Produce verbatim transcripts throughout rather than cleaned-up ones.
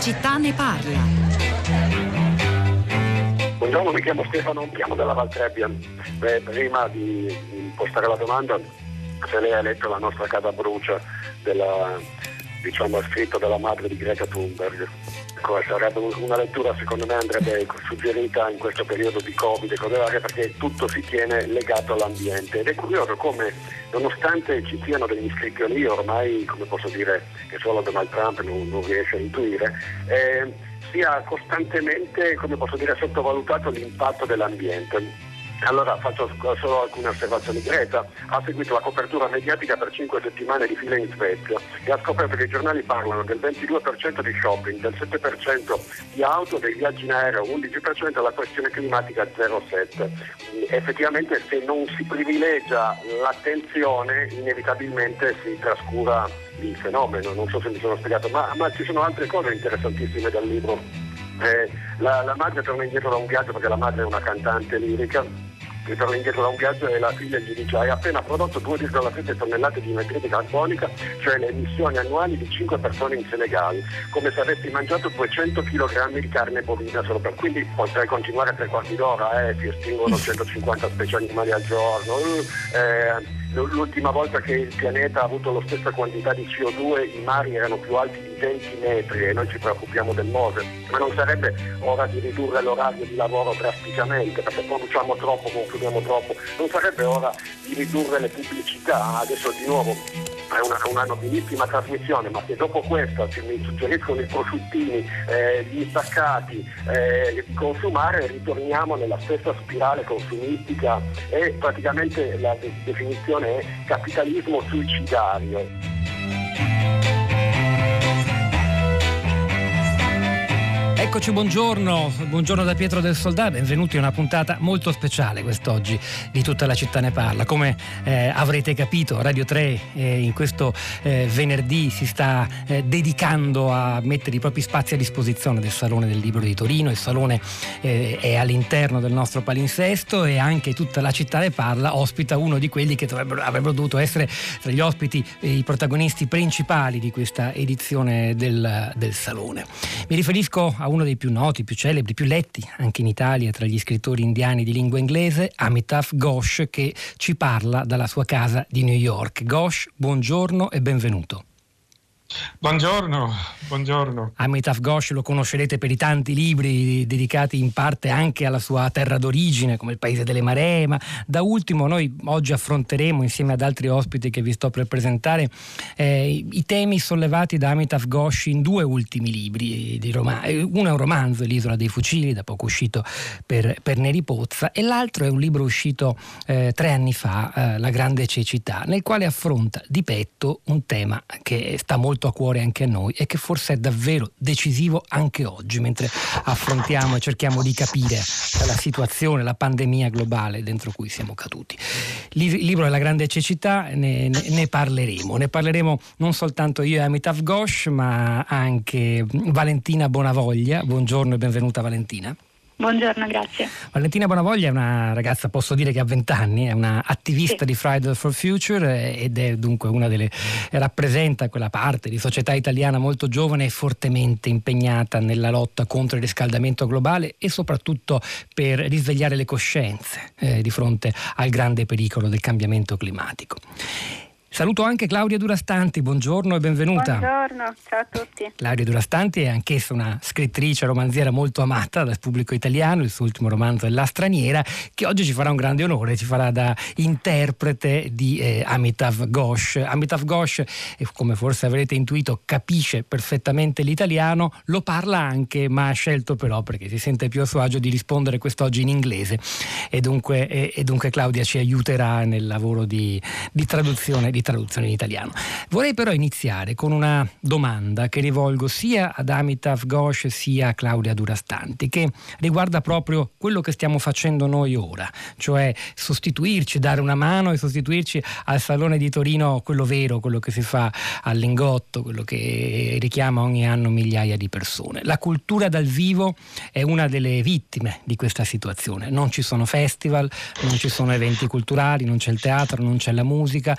città ne parla. Buongiorno, mi chiamo Stefano, chiamo dalla Val Trebbia. Beh, prima di impostare la domanda, se lei ha letto La nostra casa brucia, della, diciamo, scritto dalla madre di Greta Thunberg. Ecco, sarebbe una lettura, secondo me andrebbe suggerita in questo periodo di Covid e cose varie, perché tutto si tiene legato all'ambiente. Ed è curioso come, nonostante ci siano degli scricchioli ormai, come posso dire, che solo Donald Trump non, non riesce a intuire, eh, sia costantemente, come posso dire, sottovalutato l'impatto dell'ambiente. Allora faccio solo alcune osservazioni. Greta ha seguito la copertura mediatica per cinque settimane di fila in Svezia e ha scoperto che i giornali parlano del ventidue per cento di shopping, del sette per cento di auto, dei viaggi in aereo, undici per cento della questione climatica, zero virgola sette. Effettivamente, se non si privilegia l'attenzione, inevitabilmente si trascura il fenomeno. Non so se mi sono spiegato, ma, ma ci sono altre cose interessantissime dal libro. Eh, la, la madre torna indietro da un viaggio, perché la madre è una cantante lirica, che torna indietro da un viaggio e la figlia gli dice: hai appena prodotto due virgola sette tonnellate di anidride carbonica, cioè le emissioni annuali di cinque persone in Senegal, come se avessi mangiato duecento chilogrammi di carne bovina solo per... Quindi potrei continuare a tre quarti d'ora, eh, si estinguono centocinquanta specie animali al giorno, eh, l'ultima volta che il pianeta ha avuto la stessa quantità di C O due i mari erano più alti di venti metri e noi ci preoccupiamo del Mose. Ma non sarebbe ora di ridurre l'orario di lavoro drasticamente, perché produciamo troppo, consumiamo troppo? Non sarebbe ora di ridurre le pubblicità? Adesso di nuovo è una, una nobilissima trasmissione, ma se dopo questa ci mi suggeriscono i prosciuttini, eh, gli insaccati, eh, di consumare, ritorniamo nella stessa spirale consumistica e praticamente la de- definizione è capitalismo suicidario. Eccoci, buongiorno, buongiorno da Pietro del Soldà, benvenuti a una puntata molto speciale quest'oggi di Tutta la città ne parla. Come eh, avrete capito, Radio tre eh, in questo eh, venerdì si sta eh, dedicando a mettere i propri spazi a disposizione del Salone del Libro di Torino. Il Salone eh, è all'interno del nostro palinsesto e anche Tutta la città ne parla ospita uno di quelli che dovrebbero, avrebbero dovuto essere tra gli ospiti e i protagonisti principali di questa edizione del, del Salone. Mi riferisco a uno dei più noti, più celebri, più letti anche in Italia tra gli scrittori indiani di lingua inglese, Amitav Ghosh, che ci parla dalla sua casa di New York. Ghosh, buongiorno e benvenuto. Buongiorno, buongiorno. Amitav Ghosh lo conoscerete per i tanti libri dedicati in parte anche alla sua terra d'origine, come Il Paese delle Maree, ma da ultimo noi oggi affronteremo insieme ad altri ospiti che vi sto per presentare eh, i temi sollevati da Amitav Ghosh in due ultimi libri di romanzo. Uno è un romanzo, L'Isola dei Fucili, da poco uscito per, per Neri Pozza, e l'altro è un libro uscito eh, tre anni fa, eh, La grande cecità, nel quale affronta di petto un tema che sta molto a cuore anche a noi e che forse è davvero decisivo anche oggi, mentre affrontiamo e cerchiamo di capire la situazione, la pandemia globale dentro cui siamo caduti. Il libro è La grande cecità, ne, ne, ne parleremo. Ne parleremo non soltanto io e Amitav Ghosh, ma anche Valentina Bonavoglia. Buongiorno e benvenuta, Valentina. Buongiorno, grazie. Valentina Bonavoglia è una ragazza, posso dire che ha venti anni, è una attivista sì. di Fridays for Future ed è dunque una delle, rappresenta quella parte di società italiana molto giovane e fortemente impegnata nella lotta contro il riscaldamento globale e soprattutto per risvegliare le coscienze eh, di fronte al grande pericolo del cambiamento climatico. Saluto anche Claudia Durastanti, buongiorno e benvenuta. Buongiorno, ciao a tutti. Claudia Durastanti è anch'essa una scrittrice romanziera molto amata dal pubblico italiano, il suo ultimo romanzo è La straniera, che oggi ci farà un grande onore, ci farà da interprete di eh, Amitav Ghosh. Amitav Ghosh, eh, come forse avrete intuito, capisce perfettamente l'italiano, lo parla anche, ma ha scelto però, perché si sente più a suo agio, di rispondere quest'oggi in inglese e dunque, eh, e dunque Claudia ci aiuterà nel lavoro di, di traduzione di traduzione in italiano. Vorrei però iniziare con una domanda che rivolgo sia ad Amitav Ghosh sia a Claudia Durastanti, che riguarda proprio quello che stiamo facendo noi ora, cioè sostituirci, dare una mano e sostituirci al Salone di Torino, quello vero, quello che si fa al Lingotto, quello che richiama ogni anno migliaia di persone. La cultura dal vivo è una delle vittime di questa situazione. Non ci sono festival, non ci sono eventi culturali, non c'è il teatro, non c'è la musica e non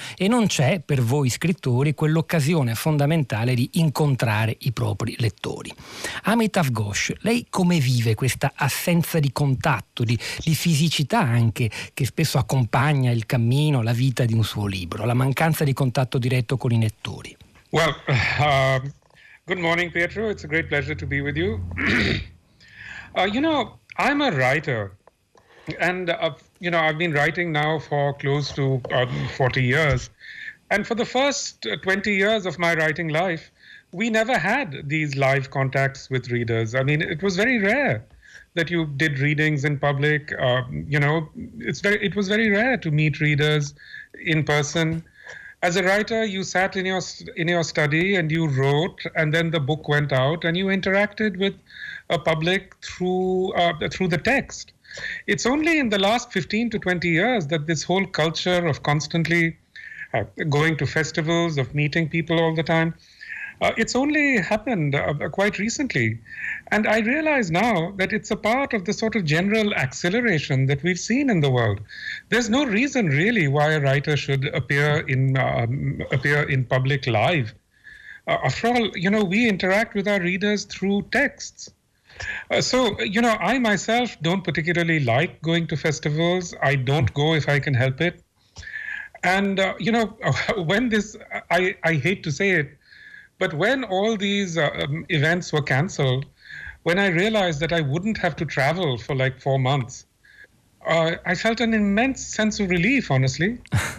c'è per voi scrittori quell'occasione fondamentale di incontrare i propri lettori. Amitav Ghosh, lei come vive questa assenza di contatto, di, di fisicità anche, che spesso accompagna il cammino, la vita di un suo libro, la mancanza di contatto diretto con i lettori? Well, uh, good morning, Pietro. It's a great pleasure to be with you. uh, you know, I'm a writer. And, uh, you know, I've been writing now for close to uh, forty years. And for the first twenty years of my writing life, we never had these live contacts with readers. I mean, it was very rare that you did readings in public. Uh, you know, it's very, it was very rare to meet readers in person. As a writer, you sat in your in your study and you wrote, and then the book went out, and you interacted with a public through uh, through the text. It's only in the last fifteen to twenty years that this whole culture of constantly uh, going to festivals, of meeting people all the time, uh, it's only happened uh, quite recently. And I realize now that it's a part of the sort of general acceleration that we've seen in the world. There's no reason really why a writer should appear in um, appear in public live. Uh, after all, you know, we interact with our readers through texts. Uh, so, you know, I myself don't particularly like going to festivals. I don't go if I can help it. And, uh, you know, when this, I, I hate to say it, but when all these uh, um, events were canceled, when I realized that I wouldn't have to travel for like four months, uh, I felt an immense sense of relief, honestly.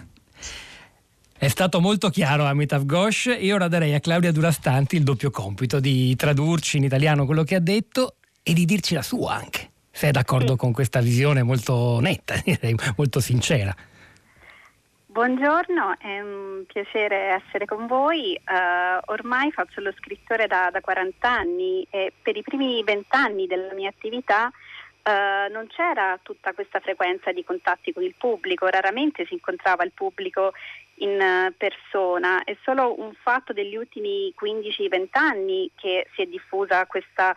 È stato molto chiaro Amitav Ghosh, e ora darei a Claudia Durastanti il doppio compito di tradurci in italiano quello che ha detto e di dirci la sua anche, se è d'accordo con questa visione molto netta, direi molto sincera. Buongiorno, è un piacere essere con voi. Uh, ormai faccio lo scrittore da, da quaranta anni e per i primi venti anni della mia attività uh, non c'era tutta questa frequenza di contatti con il pubblico, raramente si incontrava il pubblico in persona. È solo un fatto degli ultimi quindici venti anni che si è diffusa questa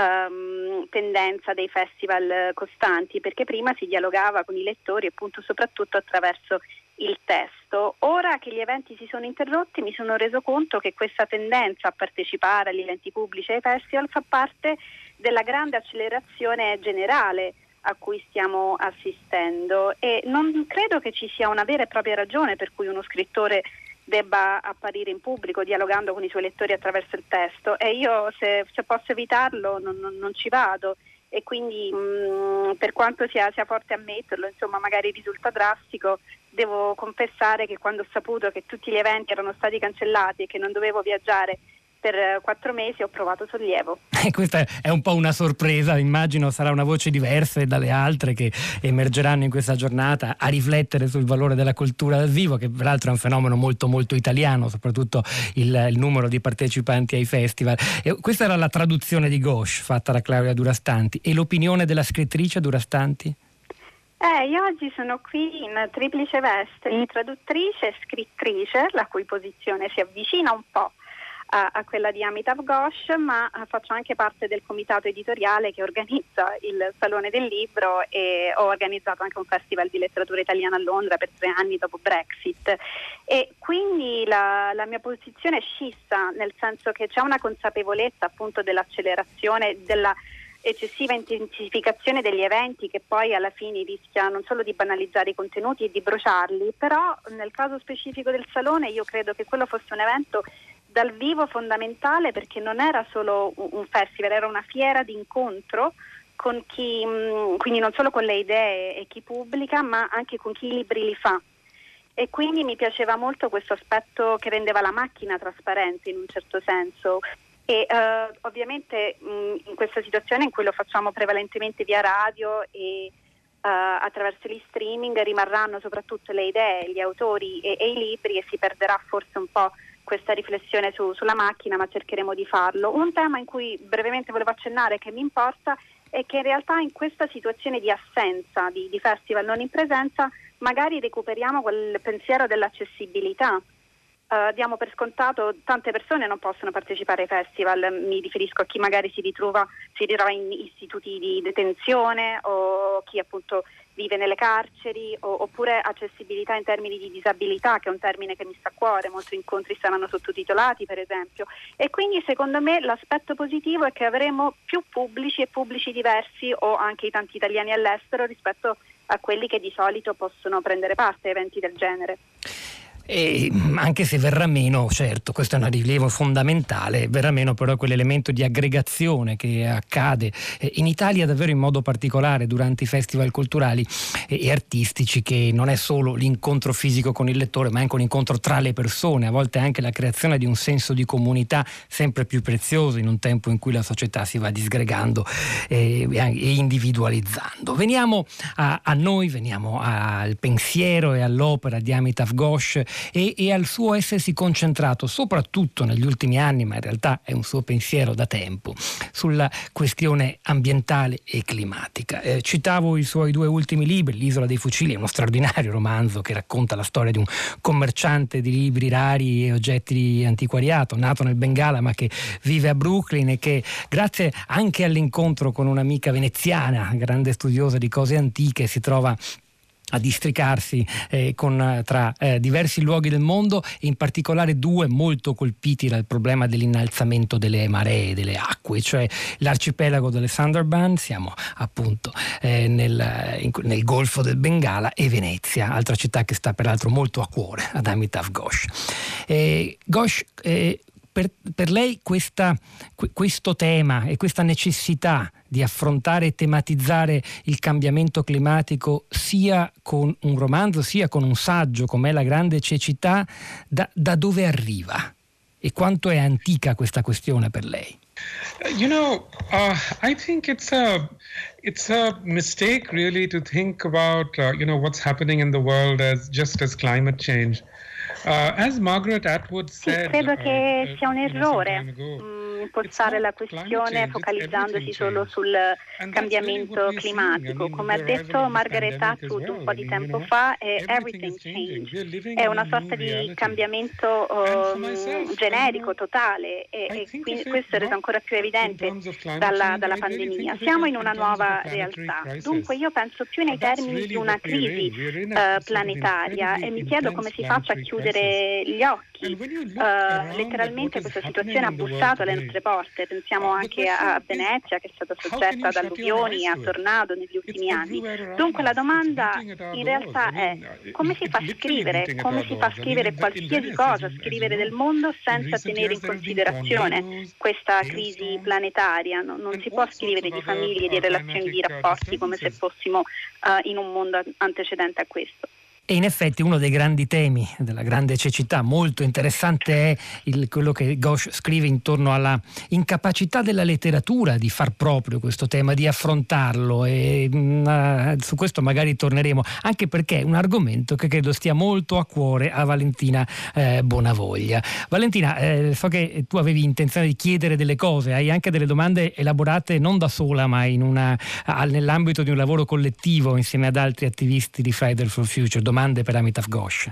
um, tendenza dei festival costanti, perché prima si dialogava con i lettori appunto soprattutto attraverso il testo. Ora che gli eventi si sono interrotti mi sono reso conto che questa tendenza a partecipare agli eventi pubblici e ai festival fa parte della grande accelerazione generale a cui stiamo assistendo, e non credo che ci sia una vera e propria ragione per cui uno scrittore debba apparire in pubblico dialogando con i suoi lettori attraverso il testo, e io se, se posso evitarlo non, non, non ci vado, e quindi mh, per quanto sia, sia forte ammetterlo, insomma magari risulta drastico, devo confessare che quando ho saputo che tutti gli eventi erano stati cancellati e che non dovevo viaggiare per quattro mesi ho provato sollievo. E questa è un po' una sorpresa, immagino sarà una voce diversa dalle altre che emergeranno in questa giornata a riflettere sul valore della cultura dal vivo, che peraltro è un fenomeno molto molto italiano, soprattutto il, il numero di partecipanti ai festival. E questa era la traduzione di Ghosh fatta da Claudia Durastanti. E l'opinione della scrittrice Durastanti? Eh, io oggi sono qui in triplice veste di traduttrice e scrittrice, la cui posizione si avvicina un po' A, a quella di Amitav Ghosh, ma faccio anche parte del comitato editoriale che organizza il Salone del Libro, e ho organizzato anche un festival di letteratura italiana a Londra per tre anni dopo Brexit, e quindi la, la mia posizione è scissa, nel senso che c'è una consapevolezza appunto dell'accelerazione, della eccessiva intensificazione degli eventi che poi alla fine rischia non solo di banalizzare i contenuti e di bruciarli, però nel caso specifico del Salone io credo che quello fosse un evento dal vivo fondamentale, perché non era solo un festival, era una fiera di incontro con chi, quindi non solo con le idee e chi pubblica, ma anche con chi i libri li fa. E quindi mi piaceva molto questo aspetto che rendeva la macchina trasparente in un certo senso. E uh, ovviamente mh, in questa situazione in cui lo facciamo prevalentemente via radio e uh, attraverso gli streaming, rimarranno soprattutto le idee, gli autori e, e i libri, e si perderà forse un po' questa riflessione su, sulla macchina, ma cercheremo di farlo. Un tema in cui brevemente volevo accennare, che mi importa, è che in realtà in questa situazione di assenza di, di festival non in presenza magari recuperiamo quel pensiero dell'accessibilità. Uh, diamo per scontato, tante persone non possono partecipare ai festival, mi riferisco a chi magari si ritrova, si ritrova in istituti di detenzione, o chi appunto vive nelle carceri, o, oppure accessibilità in termini di disabilità, che è un termine che mi sta a cuore. Molti incontri saranno sottotitolati, per esempio, e quindi secondo me l'aspetto positivo è che avremo più pubblici e pubblici diversi, o anche i tanti italiani all'estero, rispetto a quelli che di solito possono prendere parte a eventi del genere. E anche se verrà meno, certo, questo è un rilievo fondamentale, verrà meno però quell'elemento di aggregazione che accade in Italia davvero in modo particolare durante i festival culturali e artistici, che non è solo l'incontro fisico con il lettore, ma anche un incontro tra le persone, a volte anche la creazione di un senso di comunità sempre più prezioso in un tempo in cui la società si va disgregando e, e individualizzando. Veniamo a, a noi, veniamo al pensiero e all'opera di Amitav Ghosh E, e al suo essersi concentrato soprattutto negli ultimi anni, ma in realtà è un suo pensiero da tempo, sulla questione ambientale e climatica. Eh, citavo i suoi due ultimi libri, L'isola dei fucili è uno straordinario romanzo che racconta la storia di un commerciante di libri rari e oggetti di antiquariato, nato nel Bengala ma che vive a Brooklyn, e che grazie anche all'incontro con un'amica veneziana, grande studiosa di cose antiche, si trova a districarsi eh, con, tra eh, diversi luoghi del mondo, e in particolare due molto colpiti dal problema dell'innalzamento delle maree, delle acque, cioè l'arcipelago delle Sundarban, siamo appunto eh, nel, in, nel Golfo del Bengala, e Venezia, altra città che sta peraltro molto a cuore ad Amitav Ghosh. Eh, Ghosh eh, Per, per lei questa, questo tema e questa necessità di affrontare e tematizzare il cambiamento climatico sia con un romanzo sia con un saggio come La grande cecità, da, da dove arriva e quanto è antica questa questione per lei? You know, uh, I think it's a it's a mistake really to think about uh, you know what's happening in the world as just as climate change. Uh, as Margaret Atwood said, sì, credo che uh, sia un you know, errore ago, impostare la questione focalizzandosi solo sul cambiamento climatico. Come ha detto Margaret Atwood un po' di tempo fa, è everything change, è una sorta di cambiamento um, generico, totale, e, e quindi questo è reso ancora più evidente dalla, dalla pandemia. Siamo in una nuova realtà, dunque io penso più nei termini di una crisi uh, planetaria, e mi chiedo come si faccia a chiudere gli occhi. Uh, letteralmente questa situazione ha bussato alle nostre porte. Pensiamo anche a Venezia, che è stata soggetta ad alluvioni e a tornado negli ultimi anni. Dunque la domanda in realtà è: come si fa a scrivere, come si fa a scrivere qualsiasi cosa, scrivere del mondo senza tenere in considerazione questa crisi planetaria? Non, non si può scrivere di famiglie, di relazioni, di rapporti come se fossimo uh, in un mondo antecedente a questo. E in effetti uno dei grandi temi della grande cecità, molto interessante, è il, quello che Ghosh scrive intorno alla incapacità della letteratura di far proprio questo tema, di affrontarlo, e mh, su questo magari torneremo, anche perché è un argomento che credo stia molto a cuore a Valentina eh, Bonavoglia. Valentina, eh, so che tu avevi intenzione di chiedere delle cose, hai anche delle domande elaborate non da sola, ma in una, nell'ambito di un lavoro collettivo insieme ad altri attivisti di Fridays for Future. Domande per Amitav Ghosh?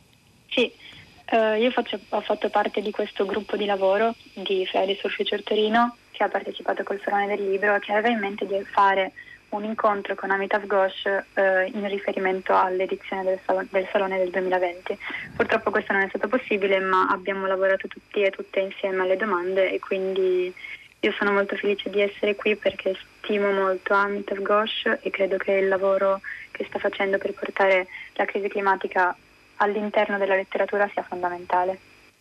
Sì, eh, io faccio, ho fatto parte di questo gruppo di lavoro di Fridays for Future Torino, che ha partecipato col Salone del Libro, che aveva in mente di fare un incontro con Amitav Ghosh eh, in riferimento all'edizione del, sal- del Salone del duemilaventi. Purtroppo questo non è stato possibile, ma abbiamo lavorato tutti e tutte insieme alle domande, e quindi io sono molto felice di essere qui perché stimo molto Amitav Ghosh e credo che il lavoro che sta facendo per portare la crisi climatica all'interno della letteratura sia fondamentale.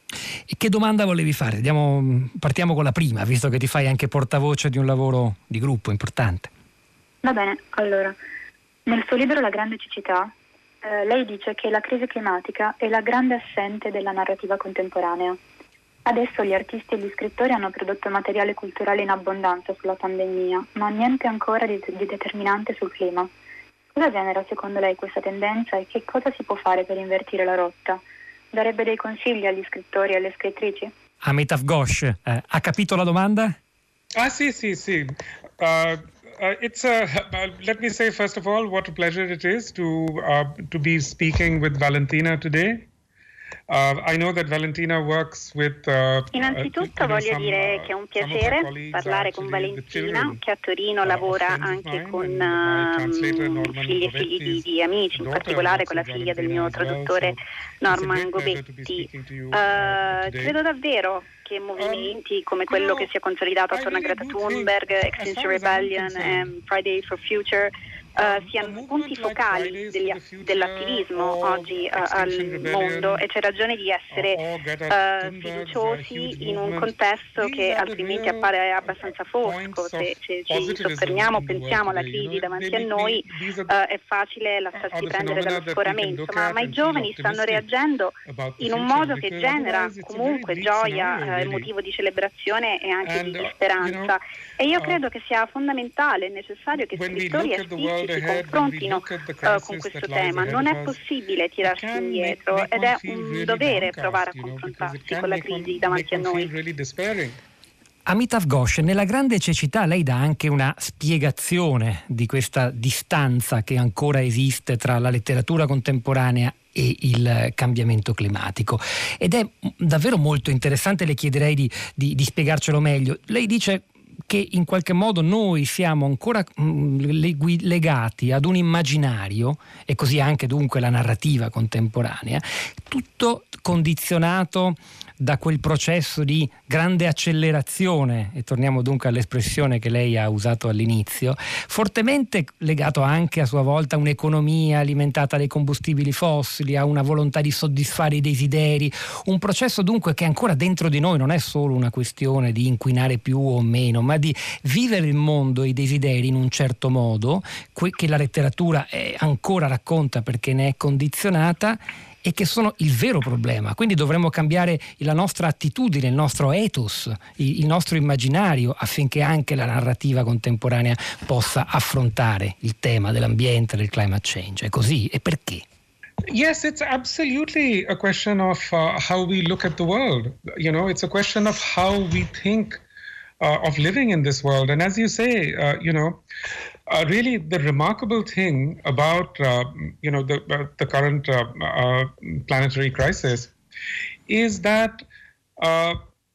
E che domanda volevi fare? Andiamo, partiamo con la prima, visto che ti fai anche portavoce di un lavoro di gruppo importante. Va bene, allora, nel suo libro La grande cecità, eh, lei dice che la crisi climatica è la grande assente della narrativa contemporanea. Adesso gli artisti e gli scrittori hanno prodotto materiale culturale in abbondanza sulla pandemia, ma niente ancora di, di determinante sul clima. Cosa genera secondo lei questa tendenza e che cosa si può fare per invertire la rotta? Darebbe dei consigli agli scrittori e alle scrittrici? Amitav Ghosh, eh, ha capito la domanda? Ah, sì, sì, sì. Uh, uh, it's a, uh, let me say first of all what a pleasure it is to uh, to be speaking with Valentina today. Uh, I know that Valentina works with, uh, Innanzitutto uh, voglio some, dire uh, che è un some of her piacere colleagues parlare are con actually the Valentina, children, che a Torino uh, lavora of friends of anche mine, con and my translator, uh, Norman figli e figli di, Govetti's di amici, in daughter particolare con la works with figlia del Valentina mio as well, traduttore so it's a Norman great pleasure to be Govetti. speaking to you, uh, Uh, today. credo davvero che movimenti come quello che si è consolidato attorno a Greta Thunberg, Extinction Rebellion e Friday for Future Uh, siano punti focali degli, dell'attivismo oggi uh, al mondo, e c'è ragione di essere uh, fiduciosi in un contesto che altrimenti appare abbastanza fosco. Se, se ci soffermiamo, pensiamo alla crisi davanti a noi, uh, è facile lasciarsi prendere dallo scoramento, ma, ma i giovani stanno reagendo in un modo che genera comunque gioia, uh, motivo di celebrazione e anche di, di speranza. E io credo che sia fondamentale e necessario che scrittori e artisti si confrontino uh, con questo tema. Non è possibile tirarsi indietro ed è un dovere provare a confrontarsi con la crisi davanti a noi. Amitav Ghosh, nella grande cecità lei dà anche una spiegazione di questa distanza che ancora esiste tra la letteratura contemporanea e il cambiamento climatico, ed è davvero molto interessante. Le chiederei di, di, di spiegarcelo meglio. Lei dice che in qualche modo noi siamo ancora mh, legati ad un immaginario, e così anche dunque la narrativa contemporanea, tutto condizionato da quel processo di grande accelerazione, e torniamo dunque all'espressione che lei ha usato all'inizio, fortemente legato anche a sua volta a un'economia alimentata dai combustibili fossili, a una volontà di soddisfare i desideri, un processo dunque che ancora dentro di noi non è solo una questione di inquinare più o meno, ma di vivere il mondo e i desideri in un certo modo, che la letteratura ancora racconta perché ne è condizionata, e che sono il vero problema. Quindi dovremmo cambiare la nostra attitudine, il nostro ethos, il nostro immaginario, affinché anche la narrativa contemporanea possa affrontare il tema dell'ambiente, del climate change. È così? E perché? Yes, it's absolutely a question of uh, how we look at the world. You know, it's a question of how we think uh, of living in this world. And as you say, uh, you know, Uh, really, the remarkable thing about uh, you know the uh, the current uh, uh, planetary crisis is that uh,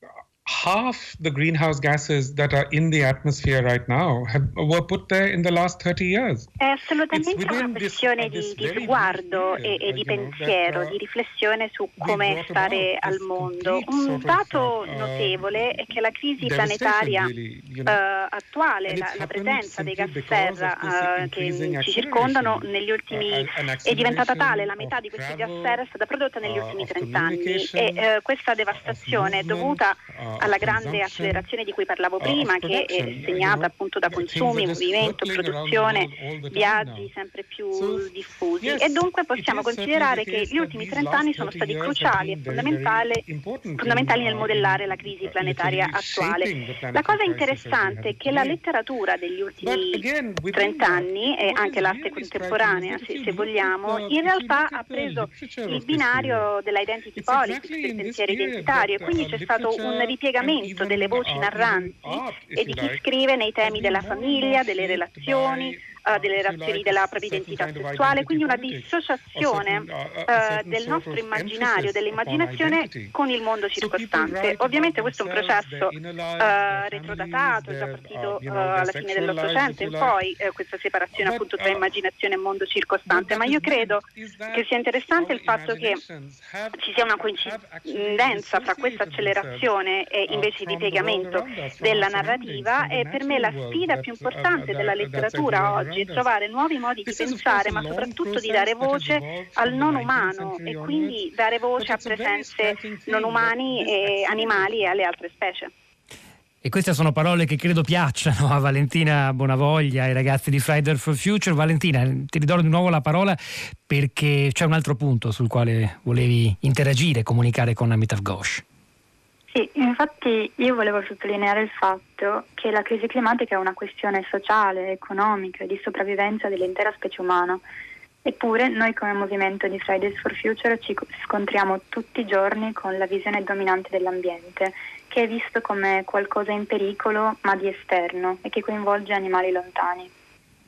half the greenhouse gases that are in the atmosphere right now have, were put there in the last thirty years. È assolutamente una questione di, di sguardo e, e di pensiero, di riflessione su come stare al mondo. Un dato notevole è che la crisi planetaria uh, attuale, la, la presenza dei gas serra uh, che ci circondano negli ultimi è diventata tale, la metà di questi gas serra è stata prodotta negli ultimi trent'anni, e uh, questa devastazione è dovuta alla grande accelerazione di cui parlavo prima, che è segnata appunto da consumi, movimento, produzione, viaggi sempre più diffusi, e dunque possiamo considerare che gli ultimi trent'anni sono stati cruciali e fondamentali, fondamentali nel modellare la crisi planetaria attuale. La cosa interessante è che la letteratura degli ultimi trent'anni, e anche l'arte contemporanea se, se vogliamo, in realtà ha preso il binario dell'identity politics, del pensiero identitario, e quindi c'è stato un ripiegamento delle voci narranti e di chi scrive nei temi della famiglia, delle relazioni, uh, delle relazioni della propria identità sessuale, quindi una dissociazione uh, del nostro immaginario, dell'immaginazione con il mondo circostante. Ovviamente questo è un processo uh, retrodatato, è già partito uh, alla fine dell'Ottocento in poi, uh, questa separazione appunto tra immaginazione e mondo circostante, ma io credo che sia interessante il fatto che ci sia una coincidenza fra questa accelerazione e invece di piegamento della narrativa, e per me la sfida più importante della letteratura oggi è trovare nuovi modi di pensare, ma soprattutto di dare voce al non umano, e quindi dare voce a presenze non umani e animali e alle altre specie. E queste sono parole che credo piacciono a Valentina Bonavoglia, ai ragazzi di Friday for Future. Valentina, ti ridò di nuovo la parola perché c'è un altro punto sul quale volevi interagire, comunicare con Amitav Ghosh. Sì, infatti io volevo sottolineare il fatto che la crisi climatica è una questione sociale, economica e di sopravvivenza dell'intera specie umana. Eppure noi come movimento di Fridays for Future ci scontriamo tutti i giorni con la visione dominante dell'ambiente, che è visto come qualcosa in pericolo ma di esterno e che coinvolge animali lontani.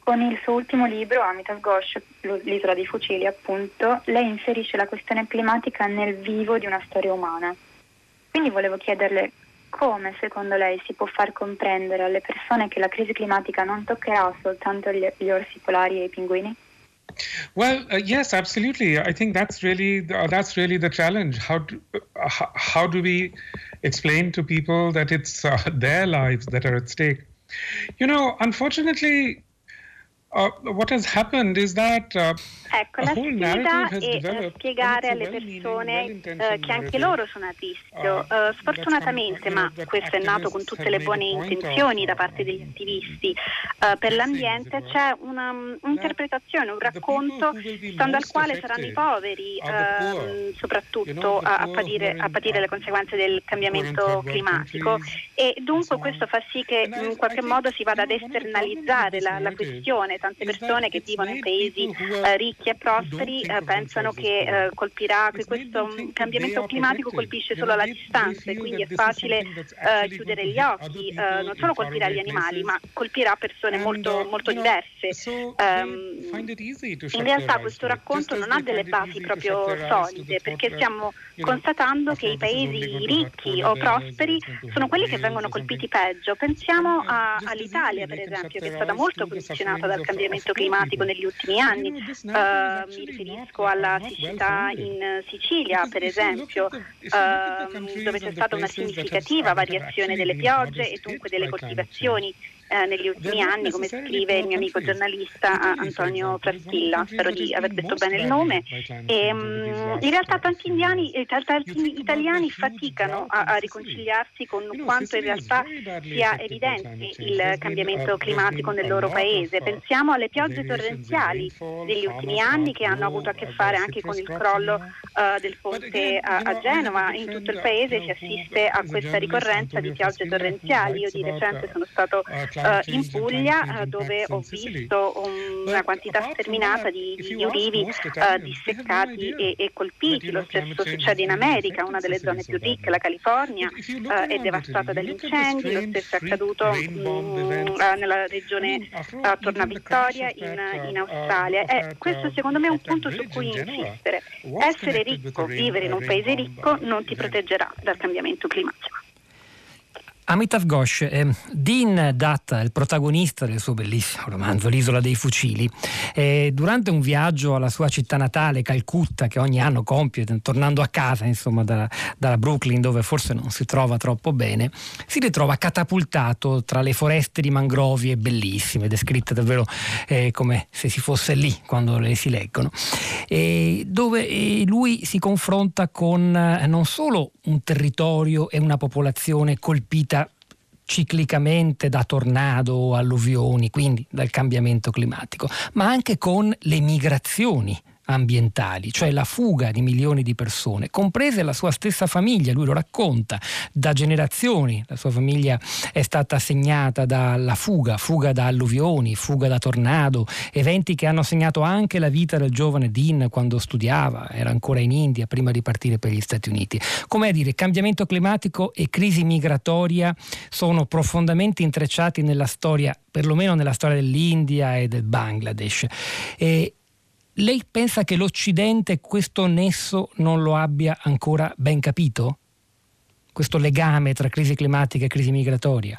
Con il suo ultimo libro, Amitav Ghosh, L'isola dei fucili, appunto, lei inserisce la questione climatica nel vivo di una storia umana. Quindi volevo chiederle come, secondo lei, si può far comprendere alle persone che la crisi climatica non toccherà soltanto gli, gli orsi polari e i pinguini? Well, uh, yes, absolutely. I think that's really the, uh, that's really the challenge. How do, uh, how, how do we explain to people that it's uh, their lives that are at stake? You know, unfortunately, Uh, what has happened is that uh, ecco, la sfida è spiegare alle persone uh, che anche loro sono a rischio. Uh, sfortunatamente, ma questo è nato con tutte le buone intenzioni da parte degli attivisti uh, per l'ambiente, c'è un'interpretazione, un racconto stando al quale saranno i poveri uh, soprattutto a, a, patire, a patire le conseguenze del cambiamento climatico, e dunque questo fa sì che in qualche modo si vada ad esternalizzare la, la questione. Tante persone che vivono in paesi uh, ricchi e prosperi uh, pensano che uh, colpirà, che questo cambiamento climatico colpisce solo alla distanza, e quindi è facile uh, chiudere gli occhi. Uh, non solo colpirà gli animali, ma colpirà persone molto, molto diverse. Um, in realtà questo racconto non ha delle basi proprio solide, perché stiamo constatando che i paesi ricchi o prosperi sono quelli che vengono colpiti peggio. Pensiamo a, all'Italia, per esempio, che è stata molto condizionata dal cambiamento climatico negli ultimi anni. Uh, mi riferisco alla siccità in Sicilia, per esempio, uh, dove c'è stata una significativa variazione delle piogge e dunque delle coltivazioni eh, negli ultimi anni, come scrive il mio amico giornalista Antonio Frastilla, spero di aver detto bene il nome. E, um, in realtà tanti, indiani, tanti italiani faticano a, a riconciliarsi con quanto in realtà sia evidente il cambiamento climatico nel loro paese. Pensiamo alle piogge torrenziali degli ultimi anni, che hanno avuto a che fare anche con il crollo uh, del ponte a, a Genova. In tutto il paese si assiste a questa ricorrenza di piogge torrenziali. Io di recente sono stato uh, in Puglia, uh, dove ho visto um, una quantità sterminata di, di ulivi uh, disseccati e, e colpiti. Lo stesso succede in America, una delle zone più ricche, la California, uh, è devastata dagli incendi. Lo stesso è accaduto um, nella regione attorno a Victoria in, in Australia. E questo secondo me è un punto su cui insistere. Essere ricco, vivere in un paese ricco non ti proteggerà dal cambiamento climatico. Amitav Ghosh, eh, Dean Datta, il protagonista del suo bellissimo romanzo L'isola dei fucili, eh, durante un viaggio alla sua città natale, Calcutta, che ogni anno compie, tornando a casa insomma da, da Brooklyn, dove forse non si trova troppo bene, si ritrova catapultato tra le foreste di mangrovie bellissime, descritte davvero eh, come se si fosse lì quando le si leggono, e dove eh, lui si confronta con eh, non solo un territorio e una popolazione colpita ciclicamente da tornado o alluvioni, quindi dal cambiamento climatico, ma anche con le migrazioni ambientali, cioè la fuga di milioni di persone, comprese la sua stessa famiglia. Lui lo racconta, da generazioni la sua famiglia è stata segnata dalla fuga, fuga da alluvioni, fuga da tornado, eventi che hanno segnato anche la vita del giovane Dean quando studiava, era ancora in India prima di partire per gli Stati Uniti. Come a dire, cambiamento climatico e crisi migratoria sono profondamente intrecciati nella storia, perlomeno nella storia dell'India e del Bangladesh. E lei pensa che l'Occidente questo nesso non lo abbia ancora ben capito? Questo legame tra crisi climatica e crisi migratoria?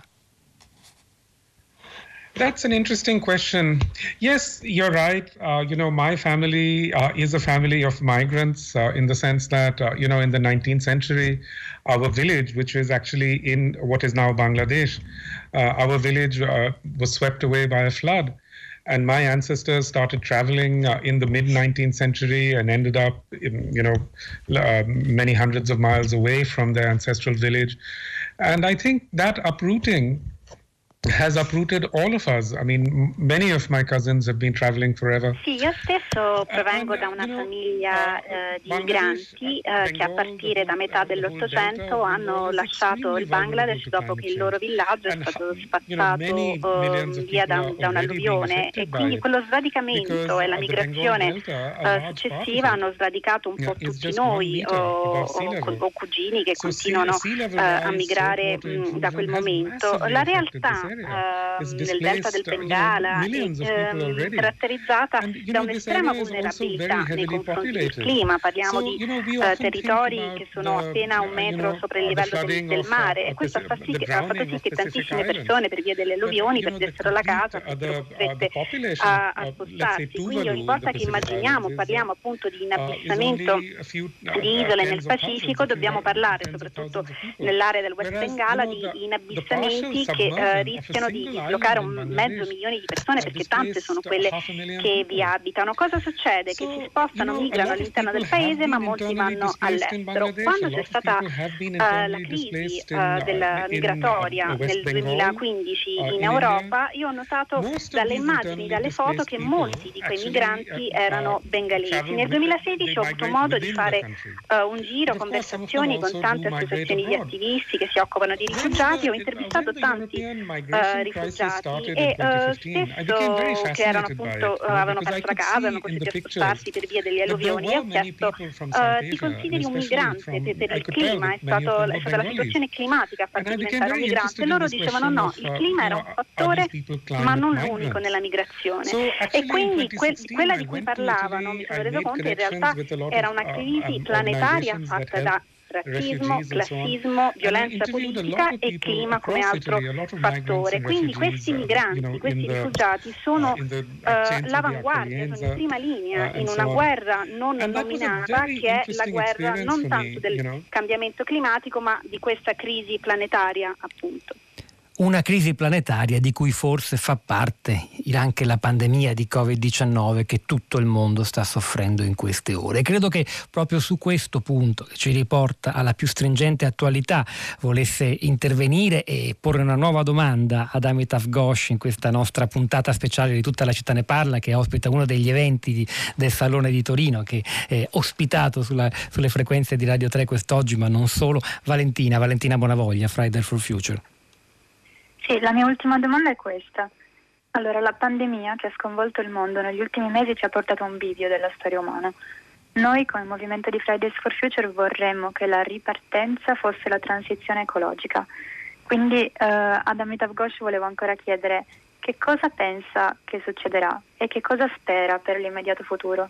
That's an interesting question. Yes, you're right. Uh, you know, my family uh, is a family of migrants uh, in the sense that, uh, you know, in the nineteenth century, our village, which is actually in what is now Bangladesh, uh, our village uh, was swept away by a flood. And my ancestors started traveling uh, in the mid-nineteenth century and ended up, in, you know, uh, many hundreds of miles away from their ancestral village. And I think that uprooting has uprooted all of us. I mean, many of my cousins have been traveling forever. Sì, io stessa stesso provengo da una famiglia eh, di migranti eh, che a partire da metà dell'Ottocento hanno lasciato il Bangladesh dopo che il loro villaggio è stato spazzato eh, via da, da un'alluvione, e quindi quello sradicamento e la migrazione eh, successiva hanno sradicato un po' tutti noi o, o, o cugini che continuano eh, a migrare mh, da quel momento. La realtà eh, nel delta del Bengala è eh, caratterizzata da un'estrema vulnerabilità nei confronti del clima. Parliamo di eh, territori che sono appena un metro sopra il livello del, del mare, e questo fa sì che, ha fatto sì che tantissime persone, per via delle alluvioni, perdessero la casa, fossero costrette a, a spostarsi. Quindi ogni volta che immaginiamo, parliamo appunto di inabissamento di isole nel Pacifico, dobbiamo parlare, soprattutto nell'area del West Bengala, di inabissamenti che eh, rischiano di dislocare un mezzo milione di persone, perché tante sono quelle che vi abitano. Cosa succede? Che si spostano, migrano all'interno del paese, ma molti vanno all'estero. Quando c'è stata uh, la crisi uh, della migratoria nel duemilaquindici in Europa, io ho notato dalle immagini, dalle foto, che molti di quei migranti erano bengalesi. Nel duemilasedici ho avuto modo di fare uh, un giro, conversazioni con tante associazioni di attivisti che si occupano di rifugiati. Ho intervistato tanti uh, rifugiati e uh, spesso che erano appunto uh, avevano perso la casa, erano costretti a spostarsi per via delle alluvioni, e ho chiesto uh, ti consideri un migrante per, per il clima? È, stato, è stata la situazione climatica a farti diventare un migrante. E loro dicevano no, il clima era un fattore ma non l'unico nella migrazione, e quindi que- quella di cui parlavano, mi sono reso conto, in realtà era una crisi planetaria fatta da razzismo, classismo, violenza politica e clima come altro fattore. Quindi questi migranti, questi rifugiati sono uh, l'avanguardia, sono in prima linea in una guerra non nominata, che è la guerra non tanto del cambiamento climatico, ma di questa crisi planetaria, appunto. Una crisi planetaria di cui forse fa parte anche la pandemia di covid diciannove che tutto il mondo sta soffrendo in queste ore. E credo che proprio su questo punto, che ci riporta alla più stringente attualità, volesse intervenire e porre una nuova domanda ad Amitav Ghosh in questa nostra puntata speciale di Tutta la città ne parla, che ospita uno degli eventi di, del Salone di Torino, che è ospitato sulla, sulle frequenze di Radio tre quest'oggi, ma non solo. Valentina, Valentina Bonavoglia, Fridays for Future. Sì, la mia ultima domanda è questa. Allora, la pandemia che ha sconvolto il mondo negli ultimi mesi ci ha portato a un bivio della storia umana. Noi, come movimento di Fridays for Future, vorremmo che la ripartenza fosse la transizione ecologica. Quindi eh, ad Amitav Ghosh volevo ancora chiedere che cosa pensa che succederà e che cosa spera per l'immediato futuro.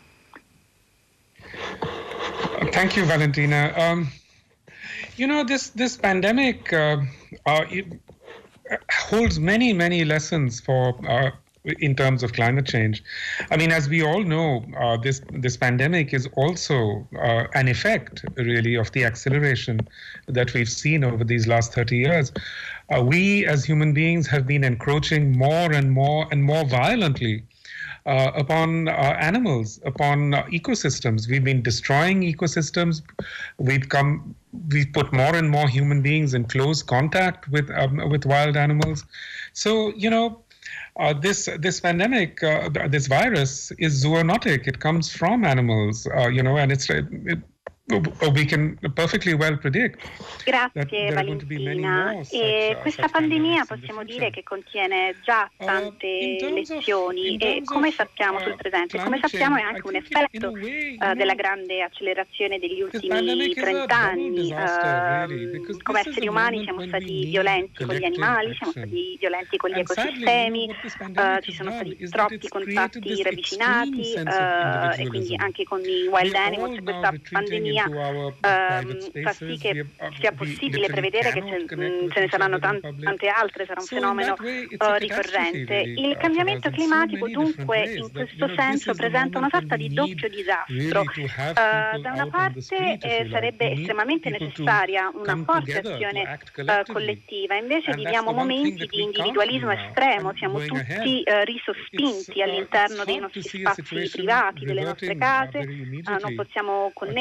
Thank you, Valentina. Um, you know, this, this pandemic... Uh, uh, it, holds many, many lessons for uh, in terms of climate change. I mean, as we all know, uh, this this pandemic is also uh, an effect, really, of the acceleration that we've seen over these last thirty years. Uh, we, as human beings, have been encroaching more and more and more violently Uh, upon uh, animals, upon uh, ecosystems. We've been destroying ecosystems. We've come, we've put more and more human beings in close contact with um, with wild animals. So, you know, uh, this this pandemic, uh, this virus is zoonotic. It comes from animals, uh, you know, and it's it, we can perfectly well predict. Grazie Valentina. E questa pandemia possiamo dire che contiene già tante lezioni, e come sappiamo sul presente, come sappiamo è anche un effetto uh, della grande accelerazione degli ultimi trent'anni. Uh, come esseri umani siamo stati violenti con gli animali, siamo stati violenti con gli ecosistemi, uh, ci sono stati troppi contatti ravvicinati uh, e quindi anche con i wild animals. Questa pandemia Uh, fa sì che sia possibile prevedere che ce, ce ne saranno tan- tante altre, sarà un fenomeno uh, ricorrente. Il cambiamento climatico dunque in questo senso presenta una sorta di doppio disastro. Uh, da una parte eh, sarebbe estremamente necessaria una forte azione uh, collettiva, invece viviamo momenti di individualismo estremo, siamo tutti uh, risospinti all'interno dei nostri spazi privati, delle nostre case, uh, non possiamo connetterci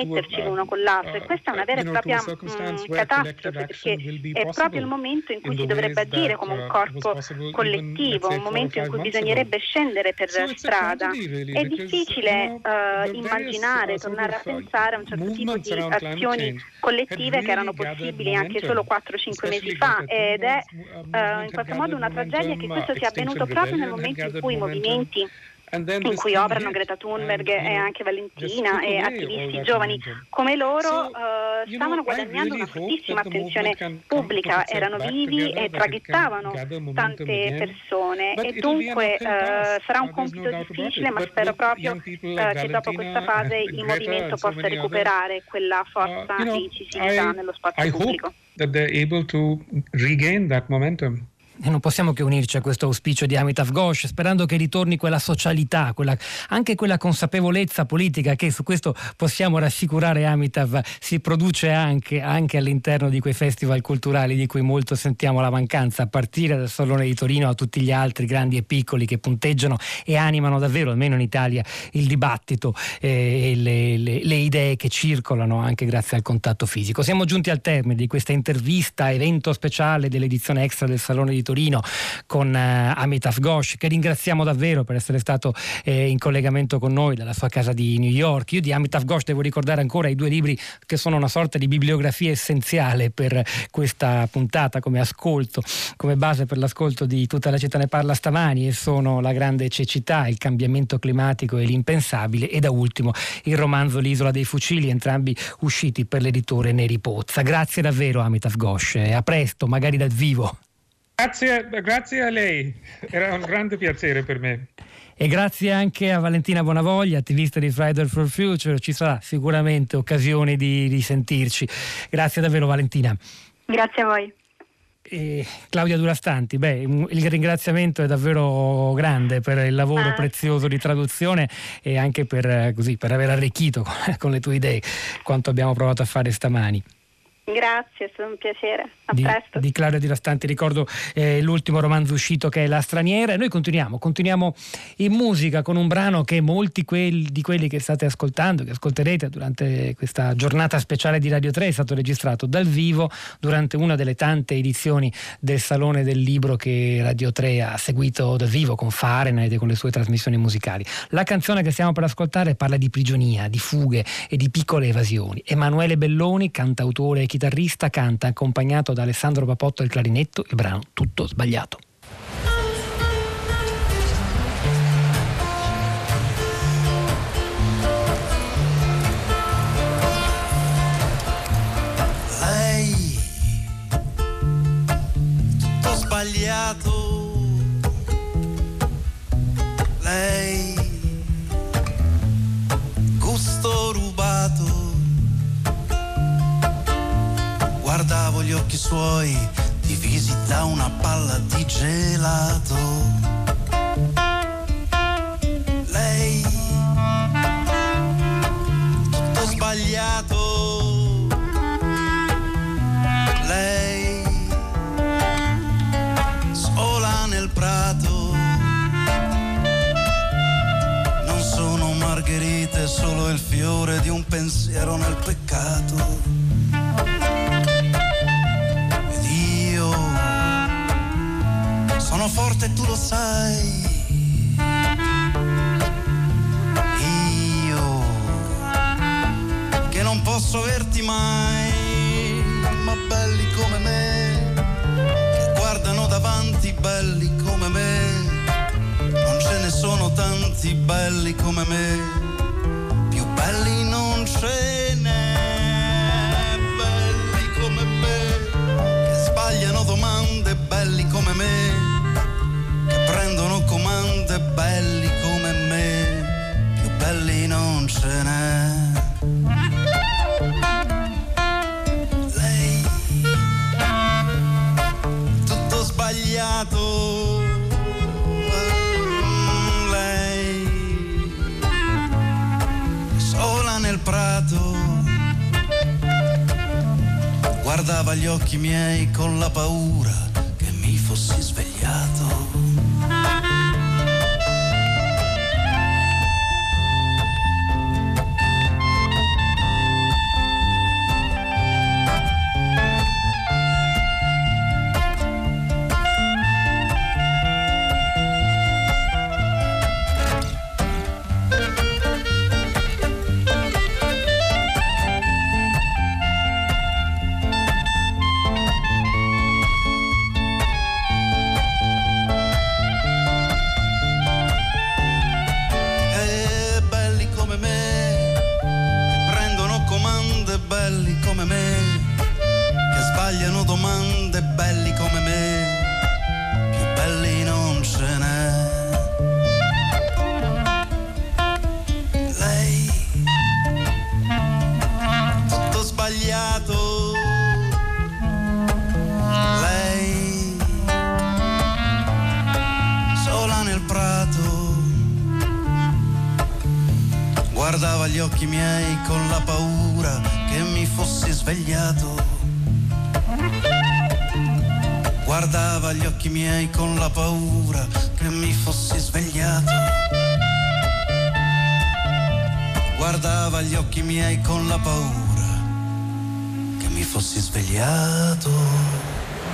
coincide uno con l'altro, e questa è una vera e propria mh, catastrofe, perché è proprio il momento in cui si dovrebbe agire come un corpo collettivo, un momento in cui bisognerebbe scendere per strada. È difficile uh, immaginare, tornare a pensare a un certo tipo di azioni collettive che erano possibili anche solo quattro cinque mesi fa, ed è uh, in qualche modo una tragedia che questo sia avvenuto proprio nel momento in cui i movimenti in cui operano Greta Thunberg e anche Valentina e attivisti giovani come loro uh, stavano guadagnando una fortissima attenzione pubblica, erano vivi e traghettavano tante persone, e dunque uh, sarà un compito difficile, ma spero proprio uh, che dopo questa fase il movimento possa recuperare quella forza e incisività nello spazio pubblico. That they're able to regain that momentum. E non possiamo che unirci a questo auspicio di Amitav Ghosh, sperando che ritorni quella socialità, quella, anche quella consapevolezza politica che, su questo possiamo rassicurare Amitav, si produce anche, anche all'interno di quei festival culturali di cui molto sentiamo la mancanza, a partire dal Salone di Torino a tutti gli altri grandi e piccoli che punteggiano e animano davvero, almeno in Italia, il dibattito eh, e le, le, le idee che circolano anche grazie al contatto fisico. Siamo giunti al termine di questa intervista, evento speciale dell'edizione extra del Salone di Torino con uh, Amitav Ghosh, che ringraziamo davvero per essere stato eh, in collegamento con noi dalla sua casa di New York. Io di Amitav Ghosh devo ricordare ancora i due libri che sono una sorta di bibliografia essenziale per questa puntata, come ascolto, come base per l'ascolto di Tutta la città ne parla stamani, e sono La grande cecità, Il cambiamento climatico e l'impensabile, e da ultimo il romanzo L'isola dei fucili, entrambi usciti per l'editore Neri Pozza. Grazie davvero Amitav Ghosh, e a presto, magari dal vivo. Grazie, grazie a lei, era un grande piacere per me. E grazie anche a Valentina Bonavoglia, attivista di Friday for Future. Ci sarà sicuramente occasione di, di sentirci. Grazie davvero Valentina. Grazie a voi. E Claudia Durastanti, beh, il ringraziamento è davvero grande per il lavoro ah. prezioso di traduzione, e anche per, così, per aver arricchito con, con le tue idee quanto abbiamo provato a fare stamani. Grazie, è stato un piacere. A di, presto. Di Claudia Durastanti, ricordo eh, l'ultimo romanzo uscito, che è La straniera, e noi continuiamo, continuiamo in musica con un brano che molti quelli, di quelli che state ascoltando, che ascolterete durante questa giornata speciale di Radio tre, è stato registrato dal vivo durante una delle tante edizioni del Salone del Libro che Radio tre ha seguito dal vivo con Fahrenheit e con le sue trasmissioni musicali. La canzone che stiamo per ascoltare parla di prigionia, di fughe e di piccole evasioni. Emanuele Belloni, cantautore e chitarrista, canta accompagnato da Alessandro Papotto al clarinetto il brano Tutto sbagliato. Lei, tutto sbagliato. Lei, gusto rubato. Guardavo gli occhi suoi divisi da una palla di gelato. Lei, tutto sbagliato. Lei, sola nel prato. Non sono margherite, solo il fiore di un pensiero nel peccato. Sono forte e tu lo sai. Io che non posso averti mai, ma belli come me, che guardano davanti, belli come me. Non ce ne sono tanti belli come me, più belli non ce n'è. Belli come me, che sbagliano domande, belli come me, prendono comande, belli come me, più belli non ce n'è. Lei, tutto sbagliato. Lei, sola nel prato, guardava gli occhi miei con la paura che mi fossi svegliato. Guardava gli occhi miei con la paura che mi fossi svegliato. Guardava gli occhi miei con la paura che mi fossi svegliato. Guardava gli occhi miei con la paura che mi fossi svegliato.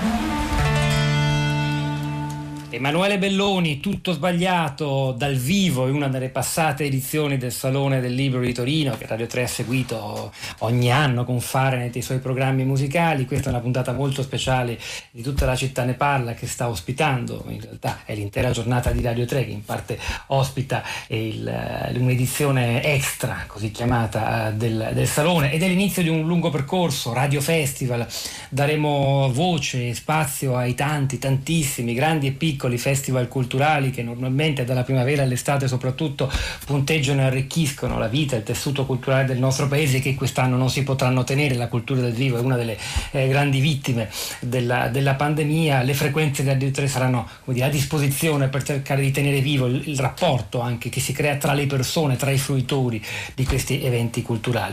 Emanuele Belloni, Tutto sbagliato, dal vivo, in una delle passate edizioni del Salone del Libro di Torino, che Radio tre ha seguito ogni anno con Fahrenheit e i suoi programmi musicali. Questa è una puntata molto speciale di Tutta la città ne parla, che sta ospitando, in realtà è l'intera giornata di Radio tre che in parte ospita il, un'edizione extra, così chiamata, del, del Salone, ed è l'inizio di un lungo percorso, Radio Festival. Daremo voce e spazio ai tanti, tantissimi, grandi e piccoli festival culturali che normalmente dalla primavera all'estate soprattutto punteggiano e arricchiscono la vita e il tessuto culturale del nostro paese, che quest'anno non si potranno tenere. La cultura del vivo è una delle eh, grandi vittime della, della pandemia. Le frequenze di Radio tre saranno, come dire, a disposizione per cercare di tenere vivo il, il rapporto anche che si crea tra le persone, tra i fruitori di questi eventi culturali.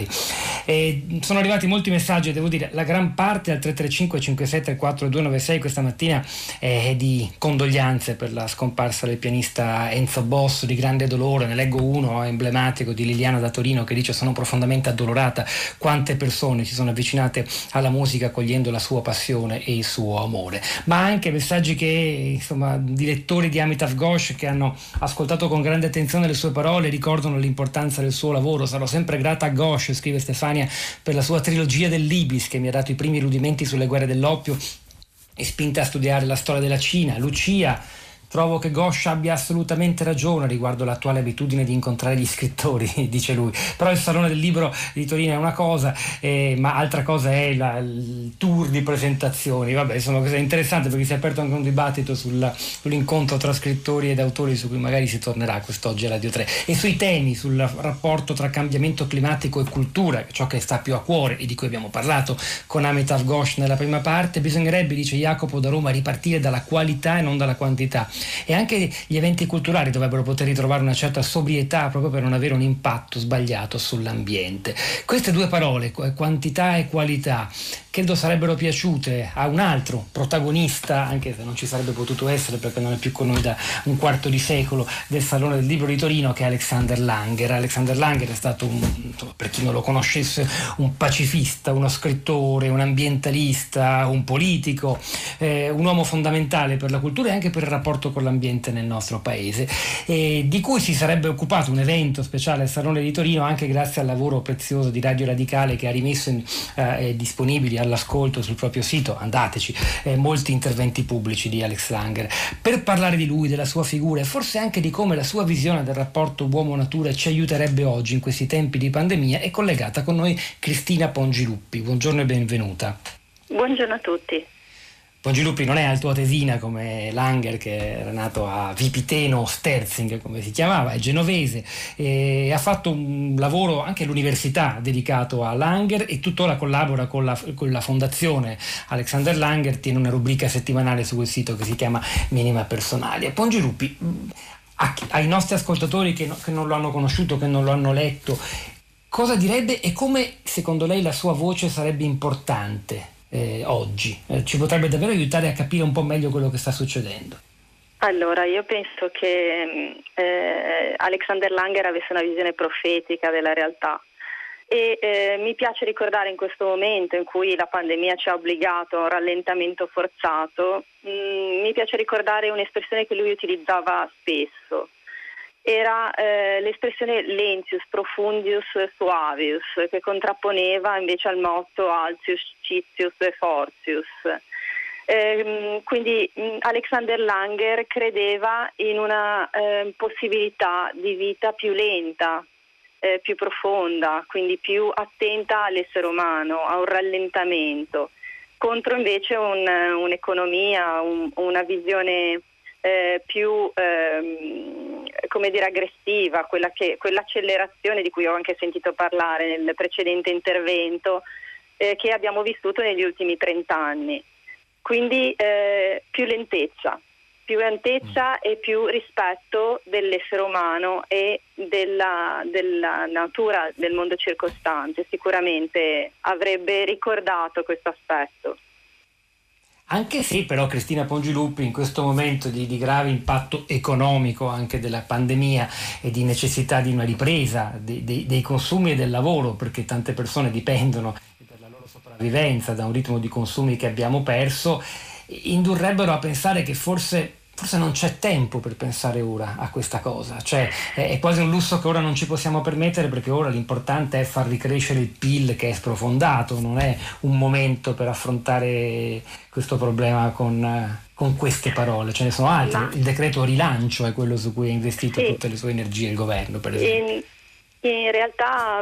E sono arrivati molti messaggi, devo dire, la gran parte al tre tre cinque cinque sette quattro due nove sei questa mattina è di condoglianze per la scomparsa del pianista Enzo Bosso, di grande dolore. Ne leggo uno emblematico di Liliana da Torino che dice: sono profondamente addolorata, quante persone si sono avvicinate alla musica cogliendo la sua passione e il suo amore. Ma anche messaggi che, insomma, di lettori di Amitav Ghosh che hanno ascoltato con grande attenzione le sue parole, ricordano l'importanza del suo lavoro. Sarò sempre grata a Ghosh, scrive Stefania, per la sua trilogia dell'Ibis che mi ha dato i primi rudimenti sulle guerre dell'oppio e spinta a studiare la storia della Cina. Lucia: trovo che Ghosh abbia assolutamente ragione riguardo l'attuale abitudine di incontrare gli scrittori, dice lui. Però il Salone del Libro di Torino è una cosa, eh, ma altra cosa è la, il tour di presentazioni. Vabbè, sono cose interessanti perché si è aperto anche un dibattito sulla, sull'incontro tra scrittori ed autori, su cui magari si tornerà quest'oggi a Radio tre, e sui temi, sul rapporto tra cambiamento climatico e cultura, ciò che sta più a cuore e di cui abbiamo parlato con Amitav Ghosh nella prima parte. Bisognerebbe, dice Jacopo da Roma, ripartire dalla qualità e non dalla quantità. E anche gli eventi culturali dovrebbero poter ritrovare una certa sobrietà proprio per non avere un impatto sbagliato sull'ambiente. Queste due parole, quantità e qualità, credo sarebbero piaciute a un altro protagonista, anche se non ci sarebbe potuto essere perché non è più con noi da un quarto di secolo, del Salone del Libro di Torino, che è Alexander Langer. Alexander Langer è stato, un, per chi non lo conoscesse, un pacifista, uno scrittore, un ambientalista, un politico, eh, un uomo fondamentale per la cultura e anche per il rapporto con l'ambiente nel nostro paese, e di cui si sarebbe occupato un evento speciale al Salone di Torino, anche grazie al lavoro prezioso di Radio Radicale, che ha rimesso in, eh, disponibili all'ascolto sul proprio sito, andateci, eh, molti interventi pubblici di Alex Langer. Per parlare di lui, della sua figura e forse anche di come la sua visione del rapporto uomo-natura ci aiuterebbe oggi in questi tempi di pandemia, è collegata con noi Cristina Pongiluppi. Buongiorno e benvenuta. Buongiorno a tutti. Pongiluppi non è altoatesina come Langer, che era nato a Vipiteno Sterzing, come si chiamava, è genovese, e ha fatto un lavoro anche all'università dedicato a Langer e tuttora collabora con la, con la fondazione Alexander Langer, tiene una rubrica settimanale su quel sito che si chiama Minima Personalia. Pongiluppi, ai nostri ascoltatori che, no, che non lo hanno conosciuto, che non lo hanno letto, cosa direbbe e come secondo lei la sua voce sarebbe importante Eh, oggi? Eh, ci potrebbe davvero aiutare a capire un po' meglio quello che sta succedendo? Allora, io penso che eh, Alexander Langer avesse una visione profetica della realtà e eh, mi piace ricordare in questo momento in cui la pandemia ci ha obbligato a un rallentamento forzato, mh, mi piace ricordare un'espressione che lui utilizzava spesso. Era eh, l'espressione lentius, profundius, suavius, che contrapponeva invece al motto altius, citius e fortius. Eh, quindi mh, Alexander Langer credeva in una eh, possibilità di vita più lenta, eh, più profonda, quindi più attenta all'essere umano, a un rallentamento, contro invece un, un'economia, un, una visione Eh, più ehm, come dire aggressiva, quella che, quell'accelerazione di cui ho anche sentito parlare nel precedente intervento, eh, che abbiamo vissuto negli ultimi trent'anni. Quindi eh, più lentezza, più lentezza e più rispetto dell'essere umano e della, della natura del mondo circostante. Sicuramente avrebbe ricordato questo aspetto. Anche se però Cristina Pongiluppi in questo momento di, di grave impatto economico anche della pandemia e di necessità di una ripresa dei, dei, dei consumi e del lavoro, perché tante persone dipendono per la loro sopravvivenza da un ritmo di consumi che abbiamo perso, indurrebbero a pensare che forse Forse non c'è tempo per pensare ora a questa cosa, cioè è quasi un lusso che ora non ci possiamo permettere, perché ora l'importante è far ricrescere il P I L che è sprofondato, non è un momento per affrontare questo problema con, con queste parole, ce ne sono altre. Ma il decreto rilancio è quello su cui ha investito sì. tutte le sue energie il governo, per esempio. In, in realtà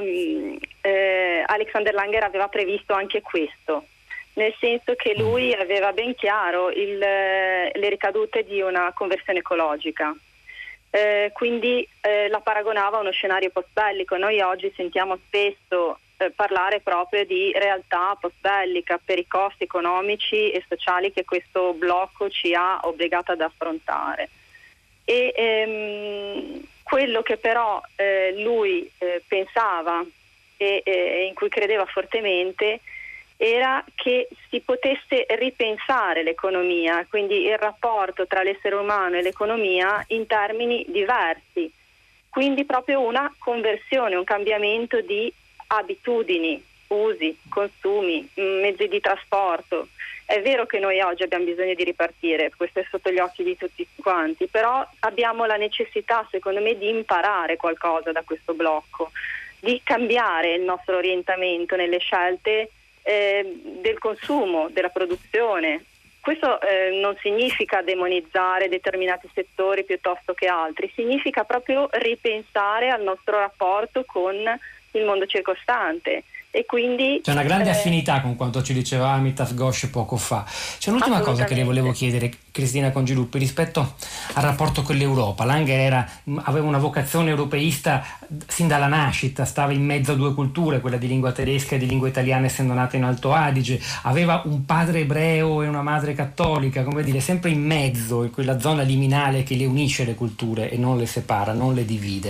eh, Alexander Langer aveva previsto anche questo, nel senso che lui aveva ben chiaro il, le ricadute di una conversione ecologica, eh, quindi eh, la paragonava a uno scenario post-bellico. Noi oggi sentiamo spesso eh, parlare proprio di realtà post-bellica per i costi economici e sociali che questo blocco ci ha obbligato ad affrontare. E ehm, quello che però eh, lui eh, pensava e eh, in cui credeva fortemente era che si potesse ripensare l'economia, quindi il rapporto tra l'essere umano e l'economia in termini diversi, quindi proprio una conversione, un cambiamento di abitudini, usi, consumi, mezzi di trasporto. È vero che noi oggi abbiamo bisogno di ripartire, questo è sotto gli occhi di tutti quanti, però abbiamo la necessità, secondo me, di imparare qualcosa da questo blocco, di cambiare il nostro orientamento nelle scelte Eh, del consumo, della produzione. Questo eh, non significa demonizzare determinati settori piuttosto che altri, significa proprio ripensare al nostro rapporto con il mondo circostante. E quindi c'è una grande eh, affinità con quanto ci diceva Amitav Ghosh poco fa. C'è un'ultima cosa che le volevo chiedere, Cristina Pongiluppi, rispetto al rapporto con l'Europa. Langer era, aveva una vocazione europeista sin dalla nascita, stava in mezzo a due culture, quella di lingua tedesca e di lingua italiana, essendo nata in Alto Adige, aveva un padre ebreo e una madre cattolica, come dire, sempre in mezzo, in quella zona liminale che le unisce le culture e non le separa, non le divide.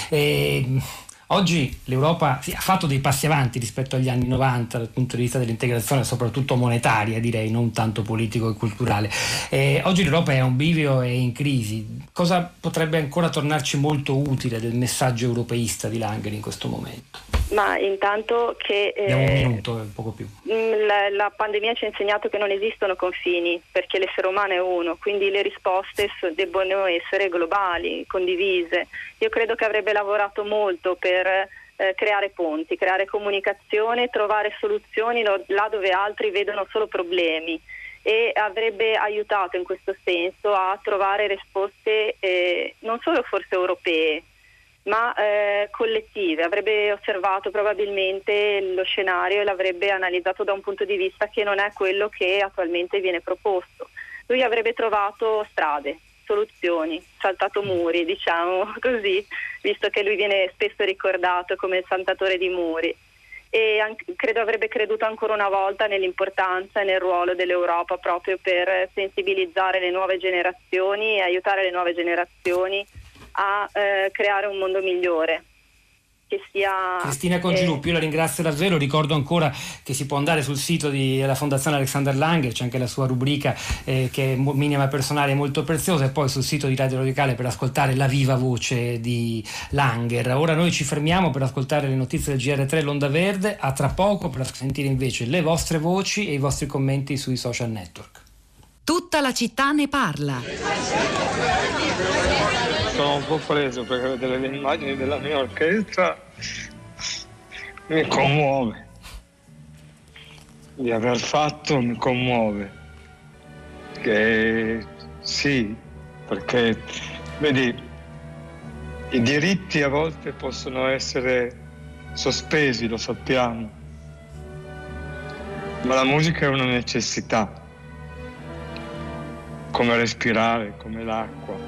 E oggi l'Europa sì, ha fatto dei passi avanti rispetto agli anni novanta dal punto di vista dell'integrazione, soprattutto monetaria, direi, non tanto politico e culturale. Eh, oggi l'Europa è a un bivio e in crisi. Cosa potrebbe ancora tornarci molto utile del messaggio europeista di Langer in questo momento? Ma intanto che eh, abbiamo un minuto, poco più. La, la pandemia ci ha insegnato che non esistono confini, perché l'essere umano è uno, quindi le risposte debbono essere globali, condivise. Io credo che avrebbe lavorato molto per eh, creare ponti, creare comunicazione, trovare soluzioni là dove altri vedono solo problemi, e avrebbe aiutato in questo senso a trovare risposte eh, non solo forse europee, ma eh, collettive. Avrebbe osservato probabilmente lo scenario e l'avrebbe analizzato da un punto di vista che non è quello che attualmente viene proposto. Lui avrebbe trovato strade, soluzioni, saltato muri, diciamo così, visto che lui viene spesso ricordato come il saltatore di muri, e anche, credo avrebbe creduto ancora una volta nell'importanza e nel ruolo dell'Europa proprio per sensibilizzare le nuove generazioni e aiutare le nuove generazioni a eh, creare un mondo migliore. Che sia, Cristina Pongiluppi, eh, io la ringrazio davvero, ricordo ancora che si può andare sul sito della Fondazione Alexander Langer, c'è anche la sua rubrica eh, che è minima personale, molto preziosa, e poi sul sito di Radio Radicale per ascoltare la viva voce di Langer. Ora noi ci fermiamo per ascoltare le notizie del G R tre l'Onda Verde, a tra poco per sentire invece le vostre voci e i vostri commenti sui social network. Tutta la città ne parla. Sono un po' preso perché vedere le immagini della mia orchestra mi commuove. Di aver fatto mi commuove. Che sì, perché vedi, i diritti a volte possono essere sospesi, lo sappiamo, ma la musica è una necessità, come respirare, come l'acqua.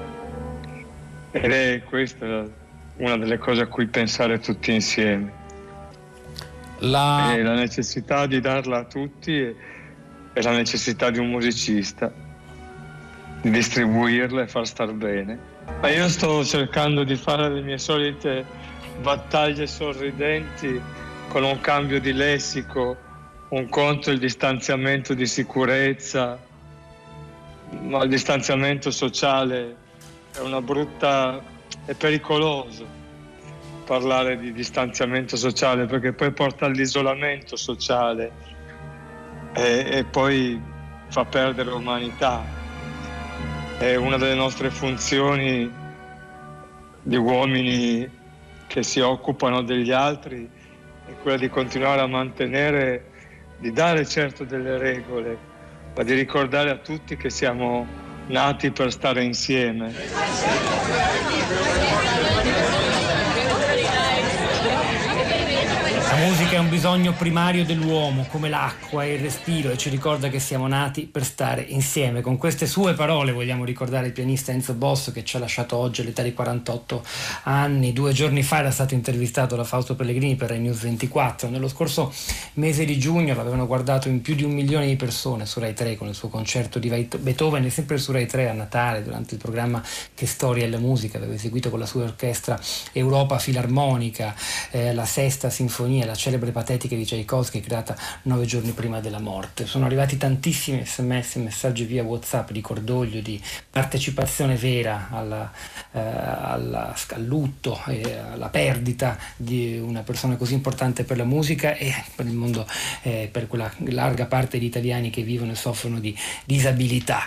Ed è questa una delle cose a cui pensare tutti insieme. La, e la necessità di darla a tutti e, e la necessità di un musicista. di distribuirla e far star bene. Ma io sto cercando di fare le mie solite battaglie sorridenti con un cambio di lessico, un conto il distanziamento di sicurezza, ma il distanziamento sociale è una brutta, è pericoloso parlare di distanziamento sociale, perché poi porta all'isolamento sociale e, e poi fa perdere umanità. È una delle nostre funzioni di uomini che si occupano degli altri, è quella di continuare a mantenere, di dare certo delle regole, ma di ricordare a tutti che siamo nati per stare insieme. La musica è un bisogno primario dell'uomo, come l'acqua e il respiro, e ci ricorda che siamo nati per stare insieme. Con queste sue parole vogliamo ricordare il pianista Enzo Bosso, che ci ha lasciato oggi all'età di quarantotto anni. Due giorni fa era stato intervistato da Fausto Pellegrini per Rai News ventiquattro. Nello scorso mese di giugno l'avevano guardato in più di un milione di persone su Rai tre con il suo concerto di Beethoven, e sempre su Rai tre a Natale, durante il programma Che storia è la musica, aveva eseguito con la sua orchestra Europa Filarmonica eh, la Sesta Sinfonia, la celebre Patetica di Tchaikovsky, creata nove giorni prima della morte. Sono arrivati tantissimi sms, messaggi via WhatsApp di cordoglio, di partecipazione vera alla, eh, alla, al lutto e alla perdita di una persona così importante per la musica e per il mondo, eh, per quella larga parte di italiani che vivono e soffrono di disabilità.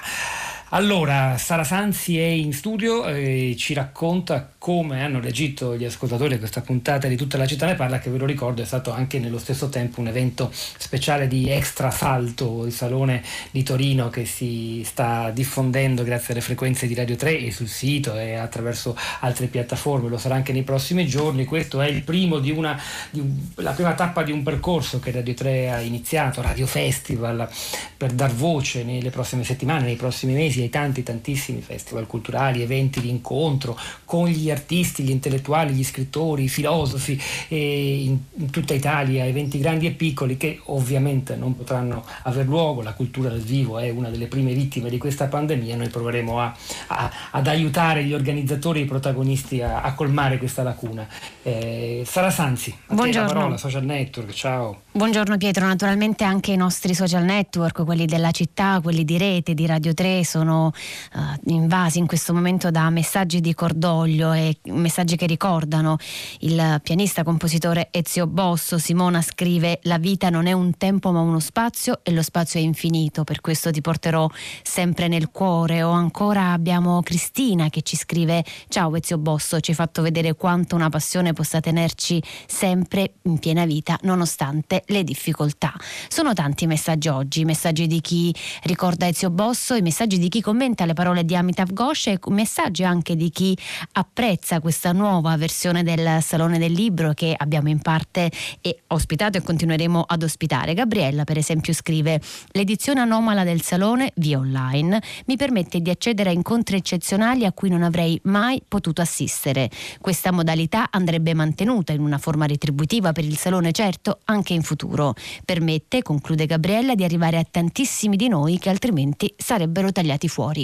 Allora, Sara Sanzi è in studio e ci racconta come hanno reagito gli ascoltatori a questa puntata di Tutta la città ne parla, che ve lo ricordo è stato anche nello stesso tempo un evento speciale di Extra Salto, il salone di Torino che si sta diffondendo grazie alle frequenze di Radio tre e sul sito e attraverso altre piattaforme. Lo sarà anche nei prossimi giorni. Questo è il primo di una di un, la prima tappa di un percorso che Radio tre ha iniziato, Radio Festival, per dar voce nelle prossime settimane, nei prossimi mesi ai tanti tantissimi festival culturali, eventi di incontro con gli artisti, gli intellettuali, gli scrittori, i filosofi eh, in, in tutta Italia, eventi grandi e piccoli che ovviamente non potranno aver luogo. La cultura dal vivo è una delle prime vittime di questa pandemia. Noi proveremo a, a, ad aiutare gli organizzatori e i protagonisti a, a colmare questa lacuna. Eh, Sara Sanzi, a te la parola, Social Network, ciao. Buongiorno Pietro, naturalmente anche i nostri social network, quelli della città, quelli di rete, di Radio tre, sono uh, invasi in questo momento da messaggi di cordoglio e messaggi che ricordano il pianista compositore Ezio Bosso. Simona scrive: la vita non è un tempo ma uno spazio e lo spazio è infinito, per questo ti porterò sempre nel cuore. O ancora abbiamo Cristina che ci scrive: ciao Ezio Bosso, ci hai fatto vedere quanto una passione possa tenerci sempre in piena vita nonostante le difficoltà. Sono tanti i messaggi oggi, messaggi di chi ricorda Ezio Bosso, i messaggi di chi commenta le parole di Amitav Ghosh e messaggi anche di chi apprezza questa nuova versione del Salone del Libro che abbiamo in parte e ospitato e continueremo ad ospitare. Gabriella per esempio scrive: l'edizione anomala del Salone via online mi permette di accedere a incontri eccezionali a cui non avrei mai potuto assistere. Questa modalità andrebbe mantenuta in una forma retributiva per il Salone, certo, anche in futuro. Permette, conclude Gabriella, di arrivare a tantissimi di noi che altrimenti sarebbero tagliati fuori.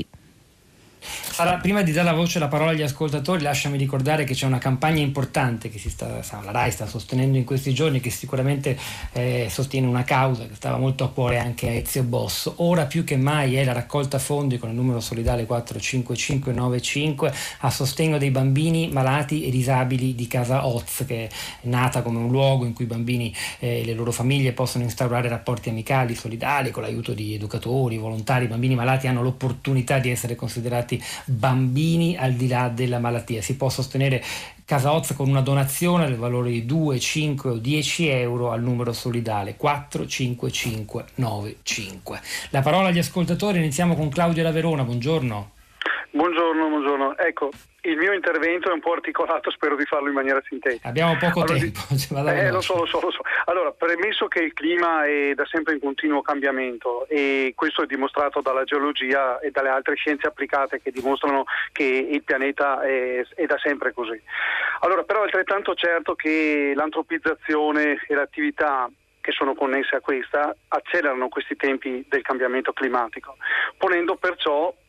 Sara, prima di dare la voce e la parola agli ascoltatori, lasciami ricordare che c'è una campagna importante che si sta, la Rai sta sostenendo in questi giorni, che sicuramente eh, sostiene una causa che stava molto a cuore anche a Ezio Bosso. Ora più che mai è la raccolta fondi con il numero solidale quattro cinque cinque nove cinque a sostegno dei bambini malati e disabili di Casa Oz, che è nata come un luogo in cui i bambini e eh, le loro famiglie possono instaurare rapporti amicali, solidali, con l'aiuto di educatori, volontari. I bambini malati hanno l'opportunità di essere considerati bambini al di là della malattia. Si può sostenere Casa Oz con una donazione del valore di due, cinque o dieci euro al numero solidale quattro cinque cinque nove cinque. La parola agli ascoltatori, iniziamo con Claudio da Verona, buongiorno. Buongiorno, buongiorno. Ecco, il mio intervento è un po' articolato, spero di farlo in maniera sintetica. Abbiamo poco allora, tempo. Eh, lo so, lo so, lo so. Allora, premesso che il clima è da sempre in continuo cambiamento e questo è dimostrato dalla geologia e dalle altre scienze applicate che dimostrano che il pianeta è, è da sempre così. Allora, però è altrettanto certo che l'antropizzazione e l'attività che sono connesse a questa accelerano questi tempi del cambiamento climatico, ponendo perciò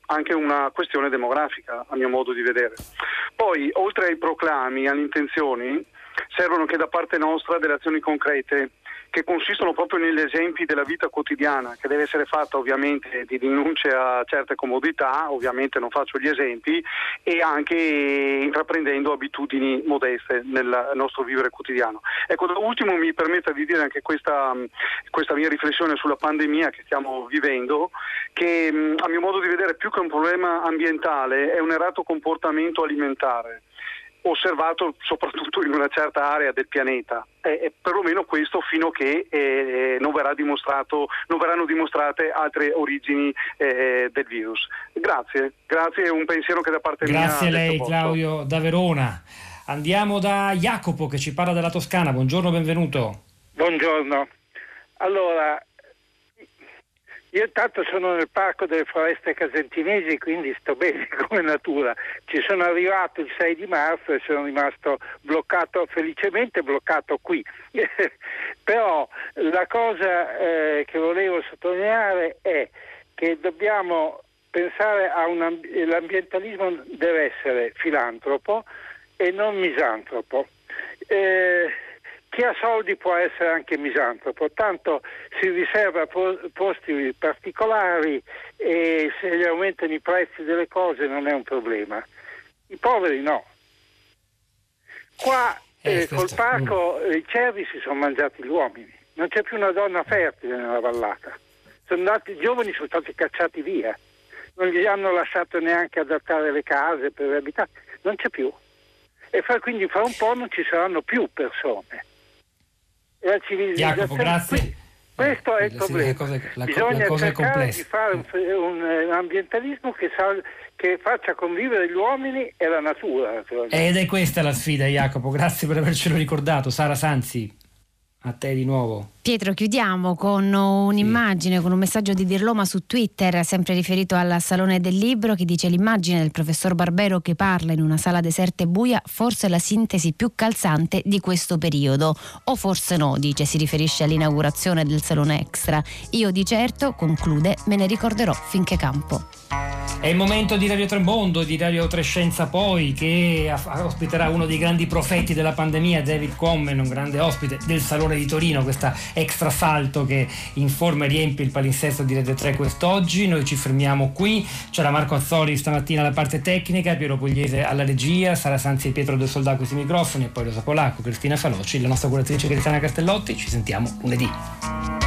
anche una questione demografica, a mio modo di vedere. Poi, oltre ai proclami, alle intenzioni, servono anche da parte nostra delle azioni concrete, che consistono proprio negli esempi della vita quotidiana, che deve essere fatta ovviamente di rinunce a certe comodità, ovviamente non faccio gli esempi, e anche intraprendendo abitudini modeste nel nostro vivere quotidiano. Ecco, da ultimo mi permetta di dire anche questa, questa mia riflessione sulla pandemia che stiamo vivendo, che a mio modo di vedere più che un problema ambientale è un errato comportamento alimentare, osservato soprattutto in una certa area del pianeta, e perlomeno questo fino a che eh, non verrà dimostrato, non verranno dimostrate altre origini eh, del virus. Grazie, grazie, è un pensiero che da parte grazie mia. Grazie a lei, Claudio da Verona. Andiamo da Jacopo che ci parla della Toscana. Buongiorno, benvenuto. Buongiorno. Allora, io intanto sono nel parco delle foreste casentinesi, quindi sto bene come natura. Ci sono arrivato il sei di marzo e sono rimasto bloccato, felicemente bloccato qui. Però la cosa eh, che volevo sottolineare è che dobbiamo pensare a un amb- l'ambientalismo deve essere filantropo e non misantropo. Eh, Chi ha soldi può essere anche misantropo, tanto si riserva posti particolari e se gli aumentano i prezzi delle cose non è un problema. I poveri no. Qua eh, col parco i cervi si sono mangiati gli uomini, non c'è più una donna fertile nella vallata. Sono andati, i giovani sono stati cacciati via, non gli hanno lasciato neanche adattare le case per abitare, non c'è più. E fra, quindi fra un po' non ci saranno più persone. La Jacopo, grazie. Questo è il sì, problema. Cose, la, Bisogna la cosa cercare di fare un, un, un ambientalismo che, sa, che faccia convivere gli uomini e la natura. Ed è questa la sfida, Jacopo. Grazie per avercelo ricordato. Sara Sanzi, a te di nuovo. Pietro, chiudiamo con un'immagine, sì. con un messaggio di Dirloma su Twitter, sempre riferito al Salone del Libro, che dice: l'immagine del professor Barbero che parla in una sala deserta e buia forse è la sintesi più calzante di questo periodo. O forse no, dice, si riferisce all'inaugurazione del Salone Extra. Io di certo, conclude, me ne ricorderò finché campo. È il momento di Radio Tremondo, di Radio Trescenza poi, che ospiterà uno dei grandi profeti della pandemia, David Quammen, un grande ospite del Salone di Torino, questa extra salto che informa e riempie il palinsesto di Rete tre quest'oggi. Noi ci fermiamo qui, c'era Marco Azzoli stamattina alla parte tecnica, Piero Pugliese alla regia, Sara Sanzi e Pietro Del Soldà questi microfoni, e poi Rosa Polacco, Cristina Faloci, la nostra curatrice Cristiana Castellotti. Ci sentiamo lunedì.